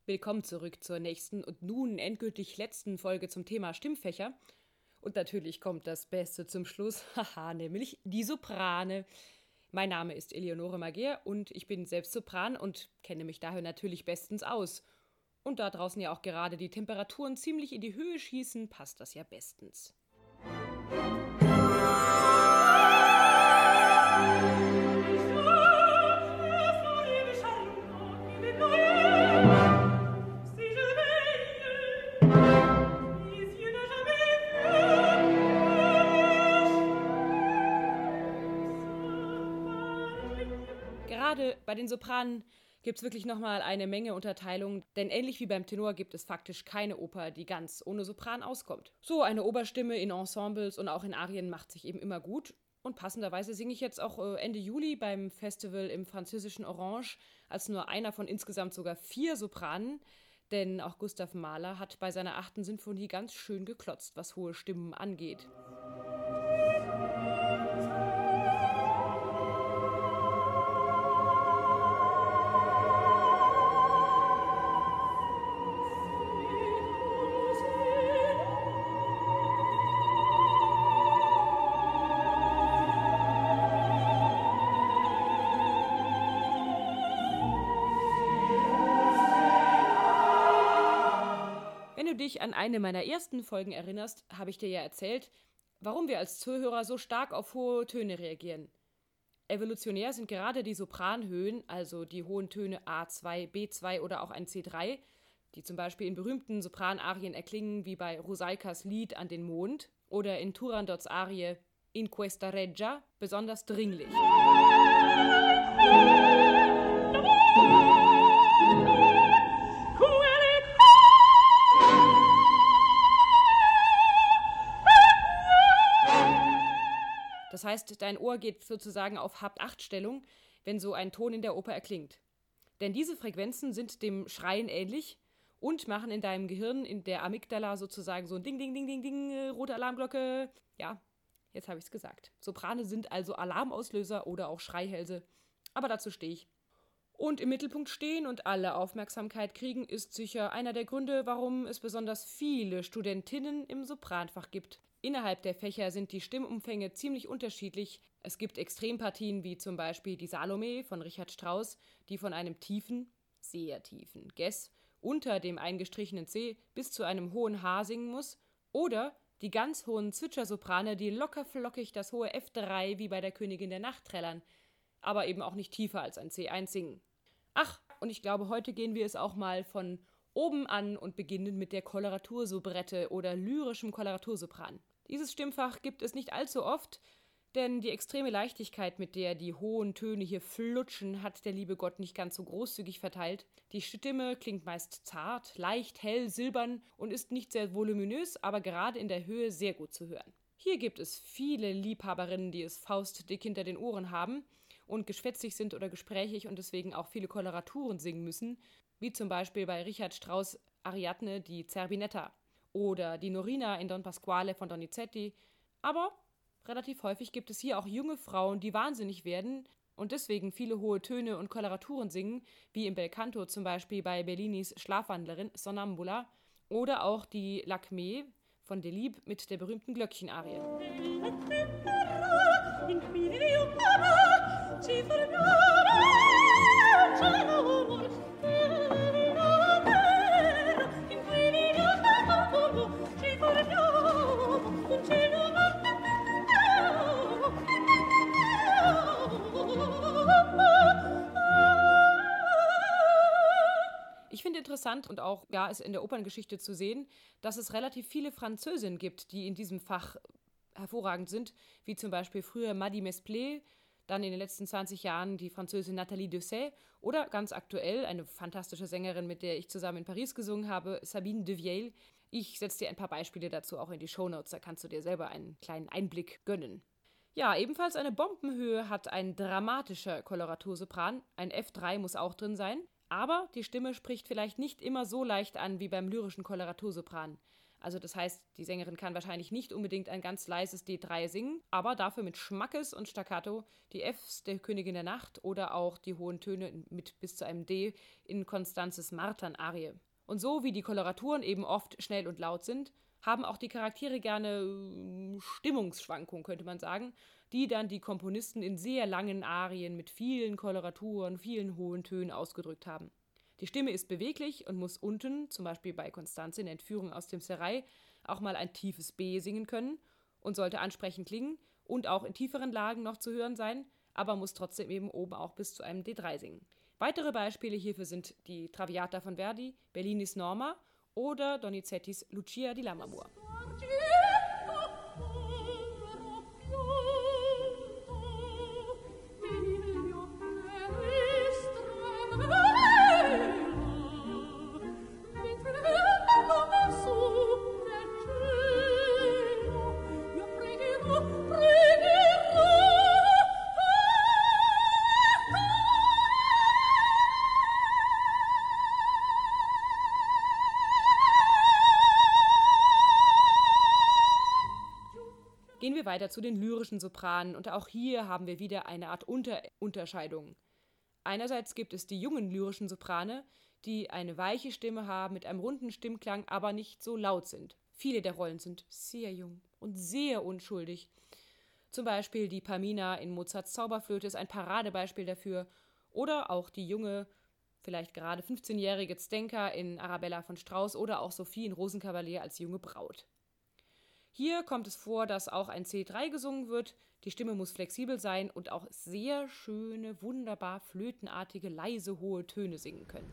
Willkommen zurück zur nächsten und nun endgültig letzten Folge zum Thema Stimmfächer. Und natürlich kommt das Beste zum Schluss, haha, nämlich die Soprane. Mein Name ist Eleonore Magier und ich bin selbst Sopran und kenne mich daher natürlich bestens aus. Und da draußen ja auch gerade die Temperaturen ziemlich in die Höhe schießen, passt das ja bestens. Gerade bei den Sopranen gibt es wirklich nochmal eine Menge Unterteilung, denn ähnlich wie beim Tenor gibt es faktisch keine Oper, die ganz ohne Sopran auskommt. So eine Oberstimme in Ensembles und auch in Arien macht sich eben immer gut. Und passenderweise singe ich jetzt auch Ende Juli beim Festival im französischen Orange als nur einer von insgesamt sogar 4 Sopranen, denn auch Gustav Mahler hat bei seiner 8. Sinfonie ganz schön geklotzt, was hohe Stimmen angeht. Wenn du dich an eine meiner ersten Folgen erinnerst, habe ich dir ja erzählt, warum wir als Zuhörer so stark auf hohe Töne reagieren. Evolutionär sind gerade die Sopranhöhen, also die hohen Töne A2, B2 oder auch ein C3, die zum Beispiel in berühmten Sopranarien erklingen, wie bei Rusaikas Lied an den Mond oder in Turandots Arie In questa reggia, besonders dringlich. Das heißt, dein Ohr geht sozusagen auf Habt-8-Stellung, wenn so ein Ton in der Oper erklingt. Denn diese Frequenzen sind dem Schreien ähnlich und machen in deinem Gehirn, in der Amygdala sozusagen so ein Ding, Ding, Ding, Ding, Ding, rote Alarmglocke. Ja, jetzt habe ich es gesagt. Soprane sind also Alarmauslöser oder auch Schreihälse. Aber dazu stehe ich. Und im Mittelpunkt stehen und alle Aufmerksamkeit kriegen, ist sicher einer der Gründe, warum es besonders viele Studentinnen im Sopranfach gibt. Innerhalb der Fächer sind die Stimmumfänge ziemlich unterschiedlich. Es gibt Extrempartien wie zum Beispiel die Salome von Richard Strauss, die von einem tiefen, sehr tiefen Ges unter dem eingestrichenen C bis zu einem hohen H singen muss, oder die ganz hohen Zwitschersoprane, die locker flockig das hohe F3 wie bei der Königin der Nacht trällern, aber eben auch nicht tiefer als ein C1 singen. Ach, und ich glaube, heute gehen wir es auch mal von oben an und beginnen mit der Koloratursoubrette oder lyrischem Koloratursopran. Dieses Stimmfach gibt es nicht allzu oft, denn die extreme Leichtigkeit, mit der die hohen Töne hier flutschen, hat der liebe Gott nicht ganz so großzügig verteilt. Die Stimme klingt meist zart, leicht, hell, silbern und ist nicht sehr voluminös, aber gerade in der Höhe sehr gut zu hören. Hier gibt es viele Liebhaberinnen, die es faustdick hinter den Ohren haben und geschwätzig sind oder gesprächig und deswegen auch viele Koloraturen singen müssen, wie zum Beispiel bei Richard Strauss' Ariadne die Zerbinetta oder die Norina in Don Pasquale von Donizetti. Aber relativ häufig gibt es hier auch junge Frauen, die wahnsinnig werden und deswegen viele hohe Töne und Koloraturen singen, wie im Belcanto zum Beispiel bei Bellinis Schlafwandlerin Sonnambula oder auch die Lakmé von Delibes mit der berühmten Glöckchenarie. Ich finde interessant und auch ja, ist in der Operngeschichte zu sehen, dass es relativ viele Französinnen gibt, die in diesem Fach hervorragend sind, wie zum Beispiel früher Maddy Mesplé, dann in den letzten 20 Jahren die Französin Nathalie Dessay oder ganz aktuell eine fantastische Sängerin, mit der ich zusammen in Paris gesungen habe, Sabine Devielle. Ich setze dir ein paar Beispiele dazu auch in die Shownotes, da kannst du dir selber einen kleinen Einblick gönnen. Ja, ebenfalls eine Bombenhöhe hat ein dramatischer Koloratursopran, ein F3 muss auch drin sein, aber die Stimme spricht vielleicht nicht immer so leicht an wie beim lyrischen Koloratursopran. Also das heißt, die Sängerin kann wahrscheinlich nicht unbedingt ein ganz leises D3 singen, aber dafür mit Schmackes und Staccato die Fs der Königin der Nacht oder auch die hohen Töne mit bis zu einem D in Constanzes Martern-Arie. Und so wie die Koloraturen eben oft schnell und laut sind, haben auch die Charaktere gerne Stimmungsschwankungen, könnte man sagen, die dann die Komponisten in sehr langen Arien mit vielen Koloraturen, vielen hohen Tönen ausgedrückt haben. Die Stimme ist beweglich und muss unten, zum Beispiel bei Constanze in Entführung aus dem Serail, auch mal ein tiefes B singen können und sollte ansprechend klingen und auch in tieferen Lagen noch zu hören sein, aber muss trotzdem eben oben auch bis zu einem D3 singen. Weitere Beispiele hierfür sind die Traviata von Verdi, Bellinis Norma oder Donizettis Lucia di Lammermoor. Gehen wir weiter zu den lyrischen Sopranen und auch hier haben wir wieder eine Art Unterscheidung. Einerseits gibt es die jungen lyrischen Soprane, die eine weiche Stimme haben mit einem runden Stimmklang, aber nicht so laut sind. Viele der Rollen sind sehr jung und sehr unschuldig. Zum Beispiel die Pamina in Mozarts Zauberflöte ist ein Paradebeispiel dafür oder auch die junge, vielleicht gerade 15-jährige Zdenka in Arabella von Strauss oder auch Sophie in Rosenkavalier als junge Braut. Hier kommt es vor, dass auch ein C3 gesungen wird. Die Stimme muss flexibel sein und auch sehr schöne, wunderbar flötenartige, leise, hohe Töne singen können.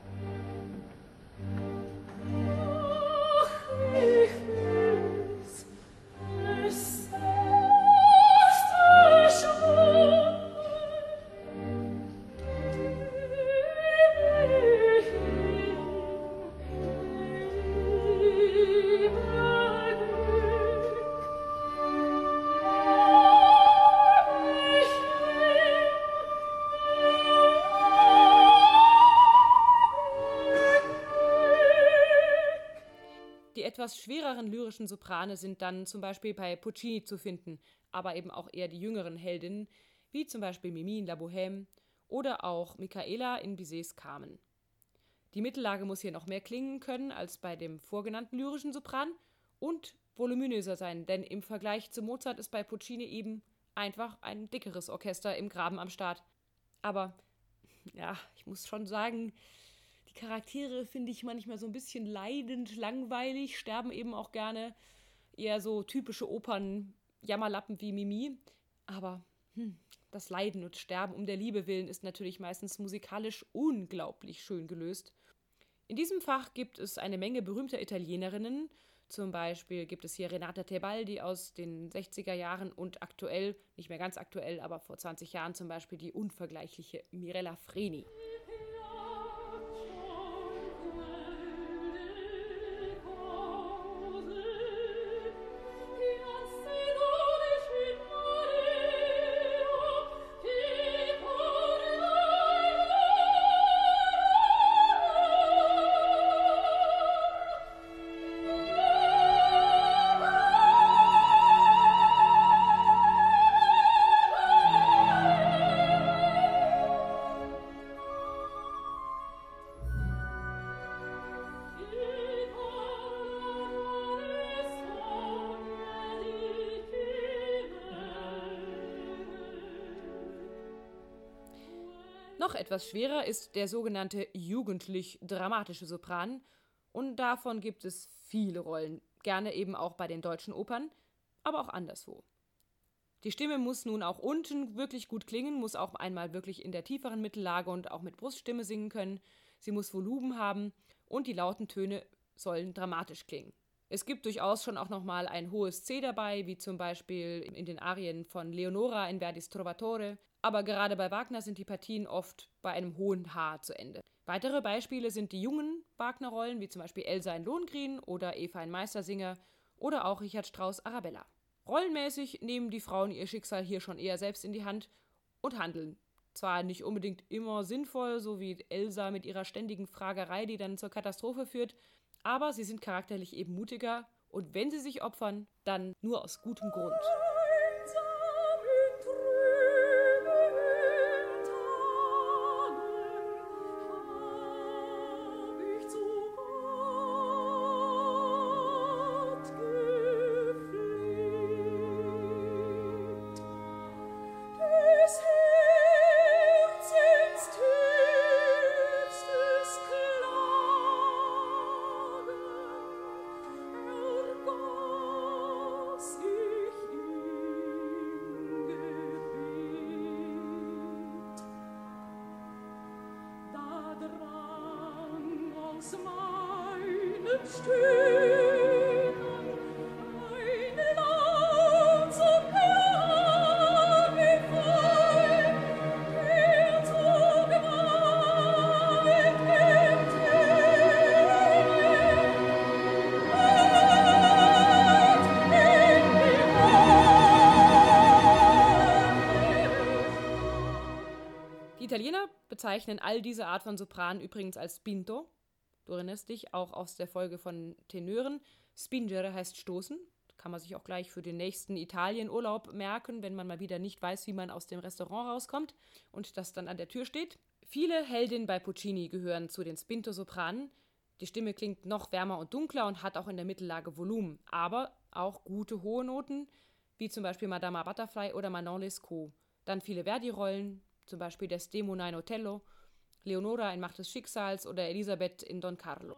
Die etwas schwereren lyrischen Soprane sind dann zum Beispiel bei Puccini zu finden, aber eben auch eher die jüngeren Heldinnen, wie zum Beispiel Mimi in La Bohème oder auch Michaela in Bizets Carmen. Die Mittellage muss hier noch mehr klingen können als bei dem vorgenannten lyrischen Sopran und voluminöser sein, denn im Vergleich zu Mozart ist bei Puccini eben einfach ein dickeres Orchester im Graben am Start. Aber ja, ich muss schon sagen, die Charaktere finde ich manchmal so ein bisschen leidend, langweilig, sterben eben auch gerne. Eher so typische Opern-Jammerlappen wie Mimi. Aber das Leiden und Sterben um der Liebe willen ist natürlich meistens musikalisch unglaublich schön gelöst. In diesem Fach gibt es eine Menge berühmter Italienerinnen. Zum Beispiel gibt es hier Renata Tebaldi aus den 60er Jahren und aktuell, nicht mehr ganz aktuell, aber vor 20 Jahren zum Beispiel die unvergleichliche Mirella Freni. Noch etwas schwerer ist der sogenannte jugendlich-dramatische Sopran und davon gibt es viele Rollen, gerne eben auch bei den deutschen Opern, aber auch anderswo. Die Stimme muss nun auch unten wirklich gut klingen, muss auch einmal wirklich in der tieferen Mittellage und auch mit Bruststimme singen können, sie muss Volumen haben und die lauten Töne sollen dramatisch klingen. Es gibt durchaus schon auch nochmal ein hohes C dabei, wie zum Beispiel in den Arien von Leonora in Verdis Trovatore, aber gerade bei Wagner sind die Partien oft bei einem hohen H zu Ende. Weitere Beispiele sind die jungen Wagner-Rollen, wie zum Beispiel Elsa in Lohengrin oder Eva in Meistersinger oder auch Richard Strauss Arabella. Rollenmäßig nehmen die Frauen ihr Schicksal hier schon eher selbst in die Hand und handeln zwar nicht unbedingt immer sinnvoll, so wie Elsa mit ihrer ständigen Fragerei, die dann zur Katastrophe führt, aber sie sind charakterlich eben mutiger und wenn sie sich opfern, dann nur aus gutem Grund. Die Italiener bezeichnen all diese Art von Sopran übrigens als Spinto. Du erinnerst dich auch aus der Folge von Tenören. Spingere heißt stoßen. Kann man sich auch gleich für den nächsten Italienurlaub merken, wenn man mal wieder nicht weiß, wie man aus dem Restaurant rauskommt und das dann an der Tür steht. Viele Heldinnen bei Puccini gehören zu den Spinto-Sopranen. Die Stimme klingt noch wärmer und dunkler und hat auch in der Mittellage Volumen, aber auch gute hohe Noten, wie zum Beispiel Madama Butterfly oder Manon Lescaut. Dann viele Verdi-Rollen, zum Beispiel Desdemona in Otello, Leonora in Macht des Schicksals oder Elisabeth in Don Carlo.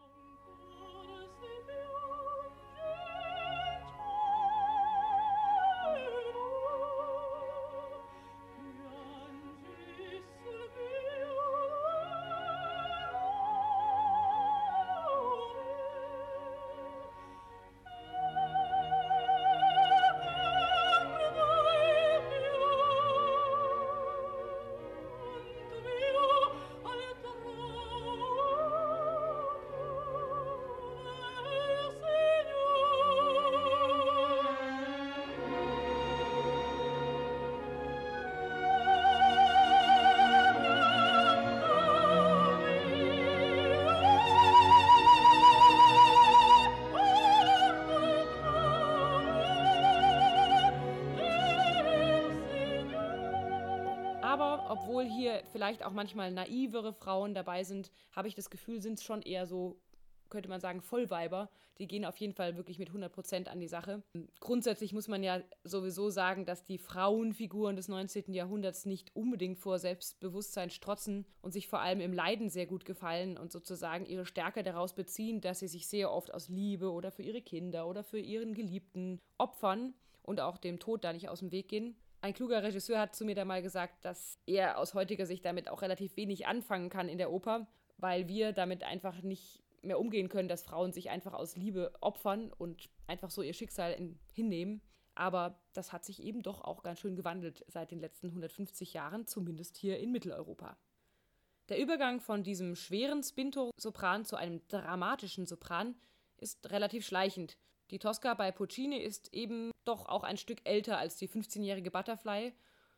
Aber obwohl hier vielleicht auch manchmal naivere Frauen dabei sind, habe ich das Gefühl, sind es schon eher so, könnte man sagen, Vollweiber. Die gehen auf jeden Fall wirklich mit 100% an die Sache. Grundsätzlich muss man ja sowieso sagen, dass die Frauenfiguren des 19. Jahrhunderts nicht unbedingt vor Selbstbewusstsein strotzen und sich vor allem im Leiden sehr gut gefallen und sozusagen ihre Stärke daraus beziehen, dass sie sich sehr oft aus Liebe oder für ihre Kinder oder für ihren Geliebten opfern und auch dem Tod da nicht aus dem Weg gehen. Ein kluger Regisseur hat zu mir da mal gesagt, dass er aus heutiger Sicht damit auch relativ wenig anfangen kann in der Oper, weil wir damit einfach nicht mehr umgehen können, dass Frauen sich einfach aus Liebe opfern und einfach so ihr Schicksal hinnehmen. Aber das hat sich eben doch auch ganz schön gewandelt seit den letzten 150 Jahren, zumindest hier in Mitteleuropa. Der Übergang von diesem schweren Spinto-Sopran zu einem dramatischen Sopran ist relativ schleichend. Die Tosca bei Puccini ist eben doch auch ein Stück älter als die 15-jährige Butterfly.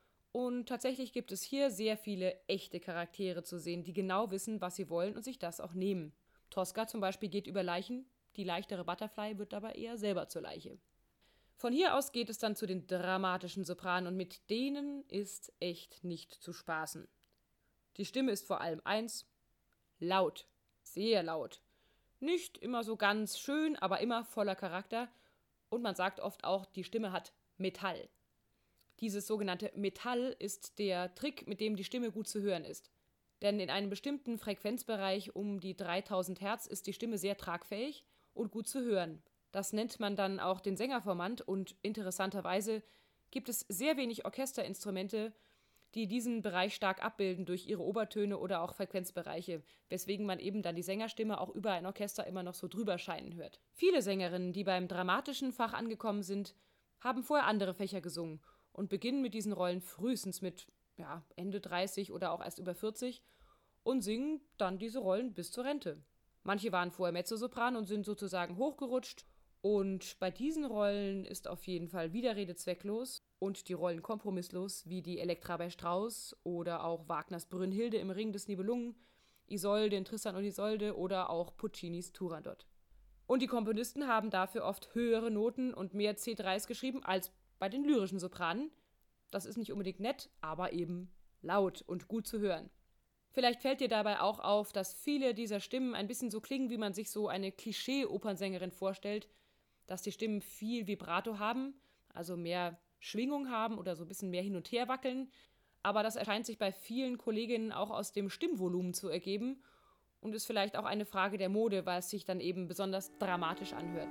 Und tatsächlich gibt es hier sehr viele echte Charaktere zu sehen, die genau wissen, was sie wollen und sich das auch nehmen. Tosca zum Beispiel geht über Leichen, die leichtere Butterfly wird aber eher selber zur Leiche. Von hier aus geht es dann zu den dramatischen Sopranen und mit denen ist echt nicht zu spaßen. Die Stimme ist vor allem eins: laut, sehr laut. Nicht immer so ganz schön, aber immer voller Charakter. Und man sagt oft auch, die Stimme hat Metall. Dieses sogenannte Metall ist der Trick, mit dem die Stimme gut zu hören ist. Denn in einem bestimmten Frequenzbereich um die 3000 Hertz ist die Stimme sehr tragfähig und gut zu hören. Das nennt man dann auch den Sängerformant und interessanterweise gibt es sehr wenig Orchesterinstrumente, die diesen Bereich stark abbilden durch ihre Obertöne oder auch Frequenzbereiche, weswegen man eben dann die Sängerstimme auch über ein Orchester immer noch so drüber scheinen hört. Viele Sängerinnen, die beim dramatischen Fach angekommen sind, haben vorher andere Fächer gesungen und beginnen mit diesen Rollen frühestens mit Ende 30 oder auch erst über 40 und singen dann diese Rollen bis zur Rente. Manche waren vorher Mezzosopran und sind sozusagen hochgerutscht und bei diesen Rollen ist auf jeden Fall Widerrede zwecklos. und die Rollen kompromisslos wie die Elektra bei Strauss oder auch Wagners Brünnhilde im Ring des Nibelungen, Isolde in Tristan und Isolde oder auch Puccinis Turandot. Und die Komponisten haben dafür oft höhere Noten und mehr C3s geschrieben als bei den lyrischen Sopranen. Das ist nicht unbedingt nett, aber eben laut und gut zu hören. Vielleicht fällt dir dabei auch auf, dass viele dieser Stimmen ein bisschen so klingen, wie man sich so eine Klischee-Opernsängerin vorstellt, dass die Stimmen viel Vibrato haben, also mehr Schwingung haben oder so ein bisschen mehr hin und her wackeln. Aber das erscheint sich bei vielen Kolleginnen auch aus dem Stimmvolumen zu ergeben und ist vielleicht auch eine Frage der Mode, weil es sich dann eben besonders dramatisch anhört.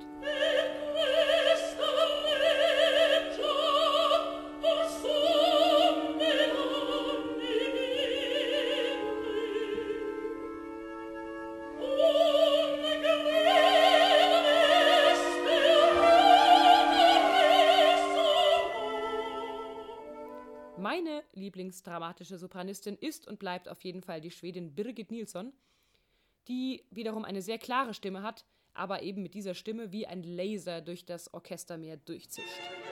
Meine lieblingsdramatische Sopranistin ist und bleibt auf jeden Fall die Schwedin Birgit Nilsson, die wiederum eine sehr klare Stimme hat, aber eben mit dieser Stimme wie ein Laser durch das Orchestermeer durchzischt.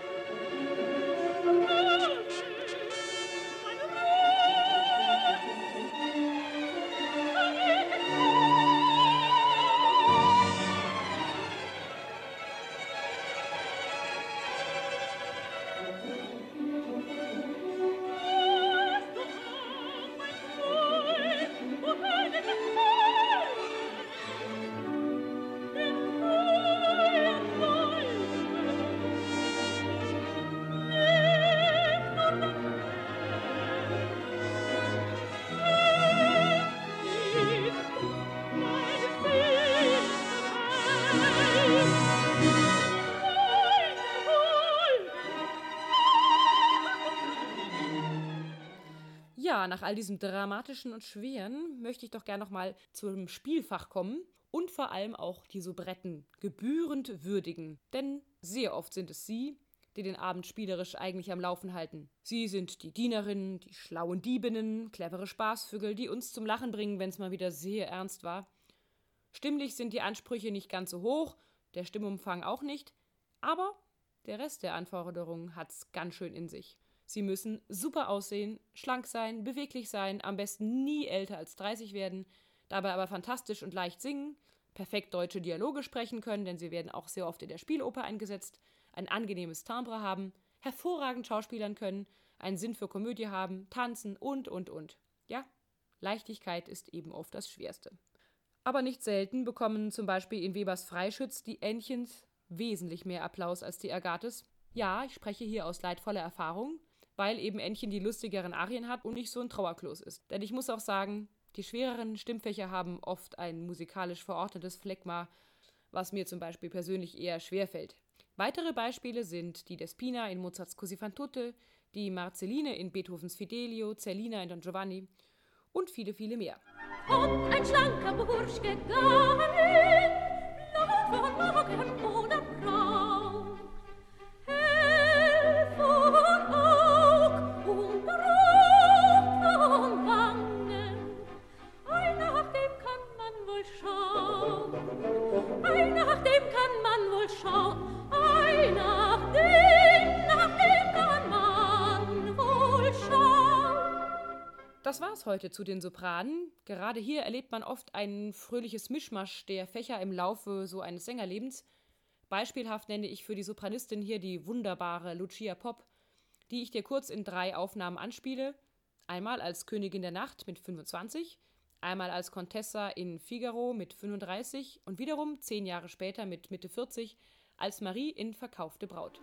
Ja, nach all diesem Dramatischen und Schweren möchte ich doch gerne nochmal zum Spielfach kommen und vor allem auch die Soubretten gebührend würdigen. Denn sehr oft sind es sie, die den Abend spielerisch eigentlich am Laufen halten. Sie sind die Dienerinnen, die schlauen Diebinnen, clevere Spaßvögel, die uns zum Lachen bringen, wenn es mal wieder sehr ernst war. Stimmlich sind die Ansprüche nicht ganz so hoch, der Stimmumfang auch nicht, aber der Rest der Anforderungen hat's ganz schön in sich. Sie müssen super aussehen, schlank sein, beweglich sein, am besten nie älter als 30 werden, dabei aber fantastisch und leicht singen, perfekt deutsche Dialoge sprechen können, denn sie werden auch sehr oft in der Spieloper eingesetzt, ein angenehmes Timbre haben, hervorragend schauspielern können, einen Sinn für Komödie haben, tanzen und. Ja, Leichtigkeit ist eben oft das Schwerste. Aber nicht selten bekommen zum Beispiel in Webers Freischütz die Ännchens wesentlich mehr Applaus als die Agathes. Ja, ich spreche hier aus leidvoller Erfahrung, weil eben Ännchen die lustigeren Arien hat und nicht so ein Trauerklos ist. Denn ich muss auch sagen, die schwereren Stimmfächer haben oft ein musikalisch verordnetes Phlegma, was mir zum Beispiel persönlich eher schwerfällt. Weitere Beispiele sind die Despina in Mozarts Così fan tutte, die Marceline in Beethovens Fidelio, Zerlina in Don Giovanni und viele, viele mehr. Kommt ein schlanker Bursch gegangen, laut von Morgen oder braun, hell von Aug und rot von Wangen. Ei, nach dem kann man wohl schauen, ei, nach dem kann man wohl schauen, ei, nach dem kann man wohl schauen. Das war's heute zu den Sopranen. Gerade hier erlebt man oft ein fröhliches Mischmasch der Fächer im Laufe so eines Sängerlebens. Beispielhaft nenne ich für die Sopranistin hier die wunderbare Lucia Popp, die ich dir kurz in 3 Aufnahmen anspiele. Einmal als Königin der Nacht mit 25, einmal als Contessa in Figaro mit 35 und wiederum 10 Jahre später mit Mitte 40 als Marie in Verkaufte Braut.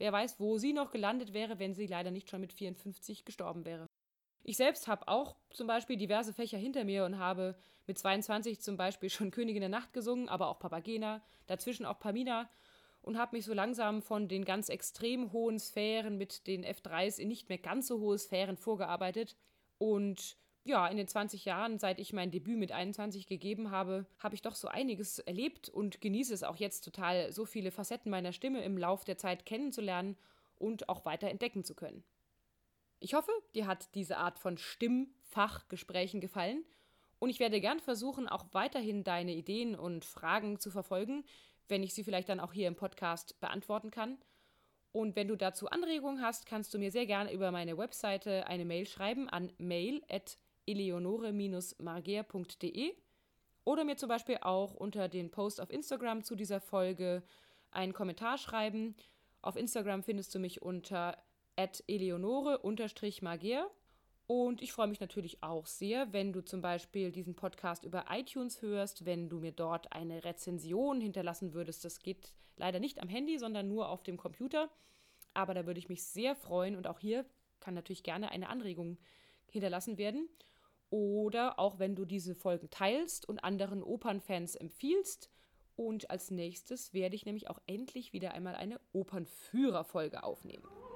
wer weiß, wo sie noch gelandet wäre, wenn sie leider nicht schon mit 54 gestorben wäre. Ich selbst habe auch zum Beispiel diverse Fächer hinter mir und habe mit 22 zum Beispiel schon Königin der Nacht gesungen, aber auch Papagena, dazwischen auch Pamina und habe mich so langsam von den ganz extrem hohen Sphären mit den F3s in nicht mehr ganz so hohe Sphären vorgearbeitet. Und ja, in den 20 Jahren, seit ich mein Debüt mit 21 gegeben habe, habe ich doch so einiges erlebt und genieße es auch jetzt total, so viele Facetten meiner Stimme im Lauf der Zeit kennenzulernen und auch weiter entdecken zu können. Ich hoffe, dir hat diese Art von Stimmfachgesprächen gefallen und ich werde gern versuchen, auch weiterhin deine Ideen und Fragen zu verfolgen, wenn ich sie vielleicht dann auch hier im Podcast beantworten kann. Und wenn du dazu Anregungen hast, kannst du mir sehr gerne über meine Webseite eine Mail schreiben an mail@eleonore-marger.de oder mir zum Beispiel auch unter den Post auf Instagram zu dieser Folge einen Kommentar schreiben. Auf Instagram findest du mich unter @eleonore_marger. Und ich freue mich natürlich auch sehr, wenn du zum Beispiel diesen Podcast über iTunes hörst, wenn du mir dort eine Rezension hinterlassen würdest. Das geht leider nicht am Handy, sondern nur auf dem Computer. Aber da würde ich mich sehr freuen und auch hier kann natürlich gerne eine Anregung hinterlassen werden. Oder auch wenn du diese Folgen teilst und anderen Opernfans empfiehlst. Und als nächstes werde ich nämlich auch endlich wieder einmal eine Opernführerfolge aufnehmen.